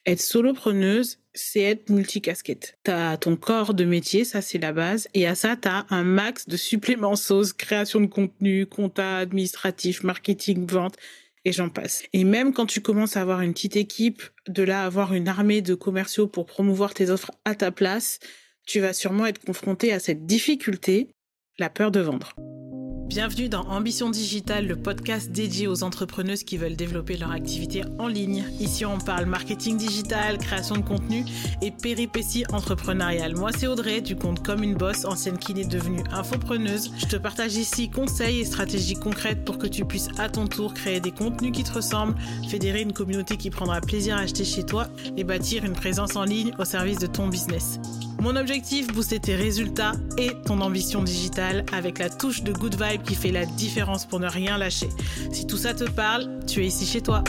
Être solopreneuse, c'est être multicasquette. T'as ton corps de métier, ça c'est la base, et à ça t'as un max de suppléments sauce, création de contenu, compta, administratif, marketing, vente, et j'en passe. Et même quand tu commences à avoir une petite équipe, de là à avoir une armée de commerciaux pour promouvoir tes offres à ta place, tu vas sûrement être confronté à cette difficulté, la peur de vendre. Bienvenue dans Ambition Digitale, le podcast dédié aux entrepreneuses qui veulent développer leur activité en ligne. Ici, on parle marketing digital, création de contenu et péripéties entrepreneuriales. Moi, c'est Audrey, du compte Comme une Bosse, ancienne kiné devenue infopreneuse. Je te partage ici conseils et stratégies concrètes pour que tu puisses à ton tour créer des contenus qui te ressemblent, fédérer une communauté qui prendra plaisir à acheter chez toi et bâtir une présence en ligne au service de ton business. Mon objectif, booster tes résultats et ton ambition digitale avec la touche de good vibe qui fait la différence pour ne rien lâcher. Si tout ça te parle, tu es ici chez toi.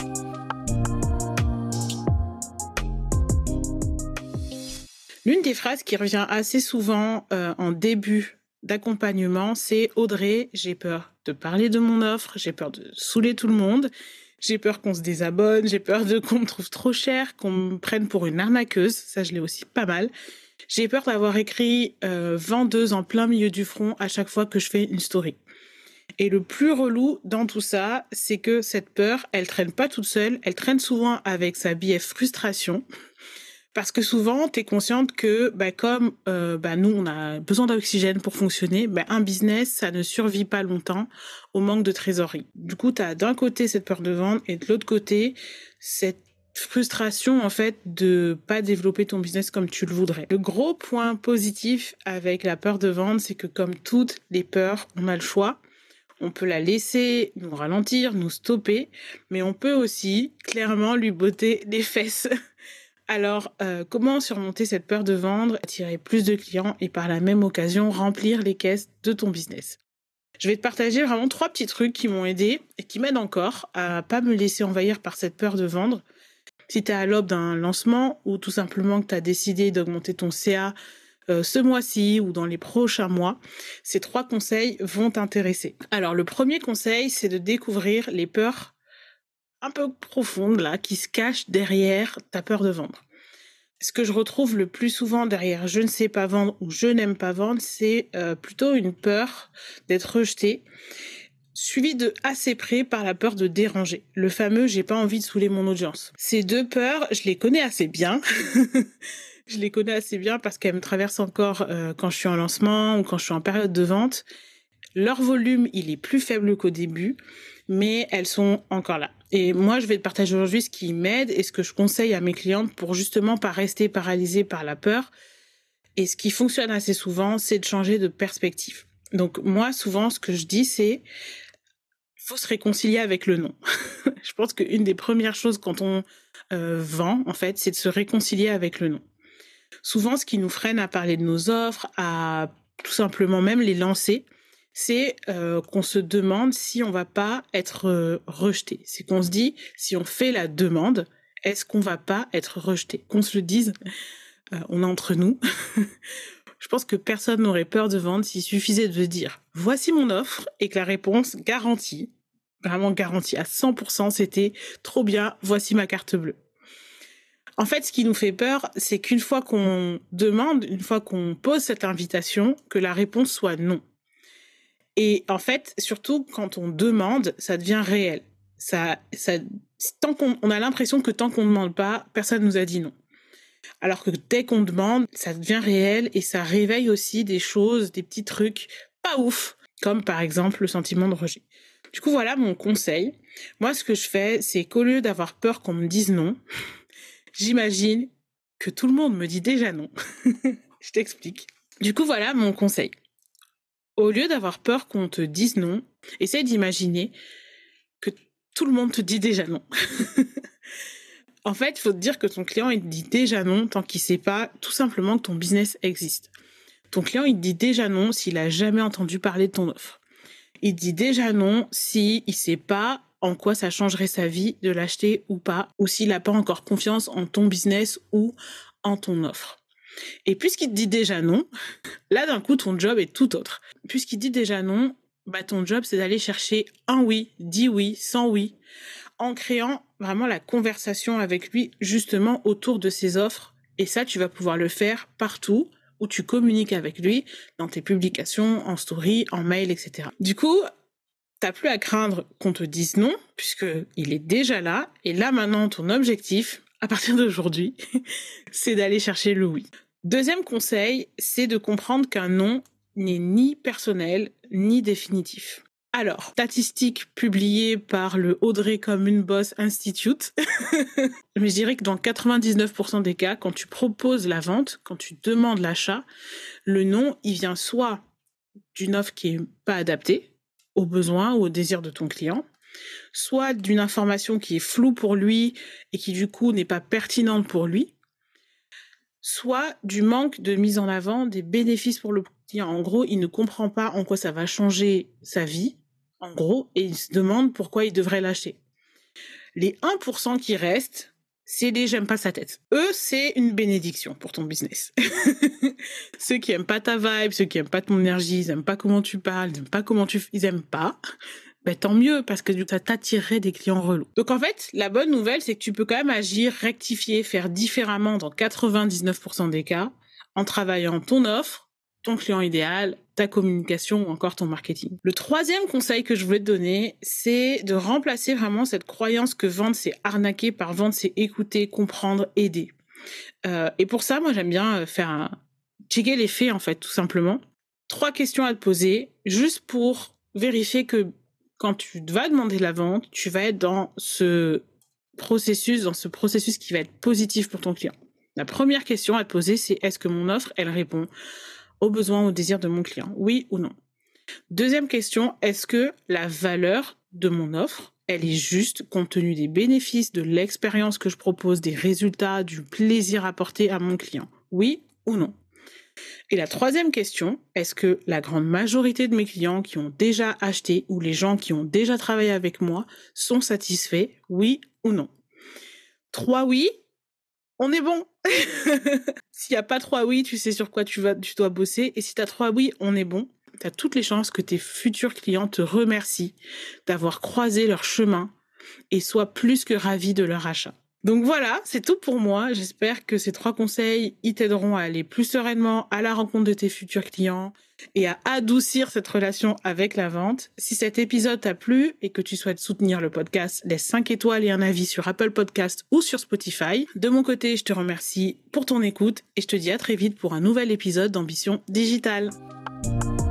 L'une des phrases qui revient assez souvent en début d'accompagnement, c'est « Audrey, j'ai peur de parler de mon offre, j'ai peur de saouler tout le monde, j'ai peur qu'on se désabonne, j'ai peur qu'on me trouve trop cher, qu'on me prenne pour une arnaqueuse ». Ça, je l'ai aussi pas mal. J'ai peur d'avoir écrit vendeuse en plein milieu du front à chaque fois que je fais une story. Et le plus relou dans tout ça, c'est que cette peur, elle traîne pas toute seule, elle traîne souvent avec sa BF frustration. Parce que souvent, tu es consciente que comme nous, on a besoin d'oxygène pour fonctionner, un business, ça ne survit pas longtemps au manque de trésorerie. Du coup, tu as d'un côté cette peur de vendre et de l'autre côté, cette frustration en fait de pas développer ton business comme tu le voudrais. Le gros point positif avec la peur de vendre, c'est que comme toutes les peurs, on a le choix. On peut la laisser nous ralentir, nous stopper, mais on peut aussi clairement lui botter les fesses. Alors, comment surmonter cette peur de vendre, attirer plus de clients et par la même occasion remplir les caisses de ton business? Je vais te partager vraiment 3 petits trucs qui m'ont aidé et qui m'aident encore à pas me laisser envahir par cette peur de vendre. Si tu es à l'aube d'un lancement ou tout simplement que tu as décidé d'augmenter ton CA ce mois-ci ou dans les prochains mois, ces 3 conseils vont t'intéresser. Alors, le premier conseil, c'est de découvrir les peurs un peu profondes là, qui se cachent derrière ta peur de vendre. Ce que je retrouve le plus souvent derrière « je ne sais pas vendre » ou « je n'aime pas vendre », c'est plutôt une peur d'être rejeté, suivi de assez près par la peur de déranger. Le fameux « j'ai pas envie de saouler mon audience ». Ces 2 peurs, je les connais assez bien. Je les connais assez bien parce qu'elles me traversent encore quand je suis en lancement ou quand je suis en période de vente. Leur volume, il est plus faible qu'au début, mais elles sont encore là. Et moi, je vais te partager aujourd'hui ce qui m'aide et ce que je conseille à mes clientes pour justement pas rester paralysées par la peur. Et ce qui fonctionne assez souvent, c'est de changer de perspective. Donc moi, souvent, ce que je dis, c'est faut se réconcilier avec le non. Je pense qu'une des premières choses quand on vend, en fait, c'est de se réconcilier avec le non. Souvent, ce qui nous freine à parler de nos offres, à tout simplement même les lancer, c'est qu'on se demande si on va pas être rejeté. C'est qu'on se dit, si on fait la demande, est-ce qu'on va pas être rejeté? Qu'on se le dise, on est entre nous. Je pense que personne n'aurait peur de vendre s'il suffisait de dire « voici mon offre » et que la réponse garantie, vraiment garantie à 100%, c'était « trop bien, voici ma carte bleue ». En fait, ce qui nous fait peur, c'est qu'une fois qu'on demande, une fois qu'on pose cette invitation, que la réponse soit non. Et en fait, surtout quand on demande, ça devient réel. Tant qu'on a l'impression que tant qu'on ne demande pas, personne nous a dit non. Alors que dès qu'on demande, ça devient réel et ça réveille aussi des choses, des petits trucs pas ouf, comme par exemple le sentiment de rejet. Du coup, voilà mon conseil. Moi, ce que je fais, c'est qu'au lieu d'avoir peur qu'on me dise non, j'imagine que tout le monde me dit déjà non. Je t'explique. Du coup, voilà mon conseil. Au lieu d'avoir peur qu'on te dise non, essaie d'imaginer que tout le monde te dit déjà non. En fait, il faut te dire que ton client, il te dit déjà non tant qu'il ne sait pas tout simplement que ton business existe. Ton client, il te dit déjà non s'il n'a jamais entendu parler de ton offre. Il te dit déjà non s'il ne sait pas en quoi ça changerait sa vie de l'acheter ou pas, ou s'il n'a pas encore confiance en ton business ou en ton offre. Et puisqu'il te dit déjà non, là d'un coup ton job est tout autre. Puisqu'il dit déjà non, ton job c'est d'aller chercher un oui, 10 oui, 100 oui, en créant vraiment la conversation avec lui justement autour de ses offres. Et ça, tu vas pouvoir le faire partout où tu communiques avec lui, dans tes publications, en story, en mail, etc. Du coup, t'as plus à craindre qu'on te dise non, puisque il est déjà là. Et là, maintenant, ton objectif, à partir d'aujourd'hui, c'est d'aller chercher le oui. Deuxième conseil, c'est de comprendre qu'un non n'est ni personnel, ni définitif. Alors, statistiques publiées par le Audrey comme une boss Institute, mais je dirais que dans 99% des cas, quand tu proposes la vente, quand tu demandes l'achat, le non, il vient soit d'une offre qui est pas adaptée aux besoins ou aux désirs de ton client, soit d'une information qui est floue pour lui et qui du coup n'est pas pertinente pour lui, soit du manque de mise en avant des bénéfices pour le client. En gros, il ne comprend pas en quoi ça va changer sa vie, en gros, et il se demande pourquoi il devrait l'acheter. Les 1% qui restent, c'est les j'aime pas sa tête. Eux, c'est une bénédiction pour ton business. Ceux qui aiment pas ta vibe, ceux qui aiment pas ton énergie, ils aiment pas comment tu parles, ils aiment pas ils aiment pas. Ben, tant mieux, parce que ça t'attirerait des clients relous. Donc en fait, la bonne nouvelle, c'est que tu peux quand même agir, rectifier, faire différemment dans 99% des cas, en travaillant ton offre, ton client idéal, ta communication ou encore ton marketing. Le troisième conseil que je voulais te donner, c'est de remplacer vraiment cette croyance que vendre, c'est arnaquer par vendre, c'est écouter, comprendre, aider. Et pour ça, moi, j'aime bien checker les faits, en fait, tout simplement. 3 questions à te poser, juste pour vérifier que quand tu vas demander la vente, tu vas être dans ce processus qui va être positif pour ton client. La première question à te poser, c'est est-ce que mon offre, elle répond aux besoins, aux désirs de mon client? Oui ou non? Deuxième question, est-ce que la valeur de mon offre, elle est juste compte tenu des bénéfices, de l'expérience que je propose, des résultats, du plaisir apporté à mon client? Oui ou non? Et la troisième question, est-ce que la grande majorité de mes clients qui ont déjà acheté ou les gens qui ont déjà travaillé avec moi sont satisfaits? Oui ou non? 3 oui, on est bon. S'il n'y a pas 3 oui, tu sais sur quoi tu dois bosser. Et si tu as 3 oui, on est bon. Tu as toutes les chances que tes futurs clients te remercient d'avoir croisé leur chemin et soient plus que ravis de leur achat. Donc voilà, c'est tout pour moi. J'espère que ces 3 conseils, ils t'aideront à aller plus sereinement à la rencontre de tes futurs clients et à adoucir cette relation avec la vente. Si cet épisode t'a plu et que tu souhaites soutenir le podcast, laisse 5 étoiles et un avis sur Apple Podcast ou sur Spotify. De mon côté, je te remercie pour ton écoute et je te dis à très vite pour un nouvel épisode d'Ambition Digitale.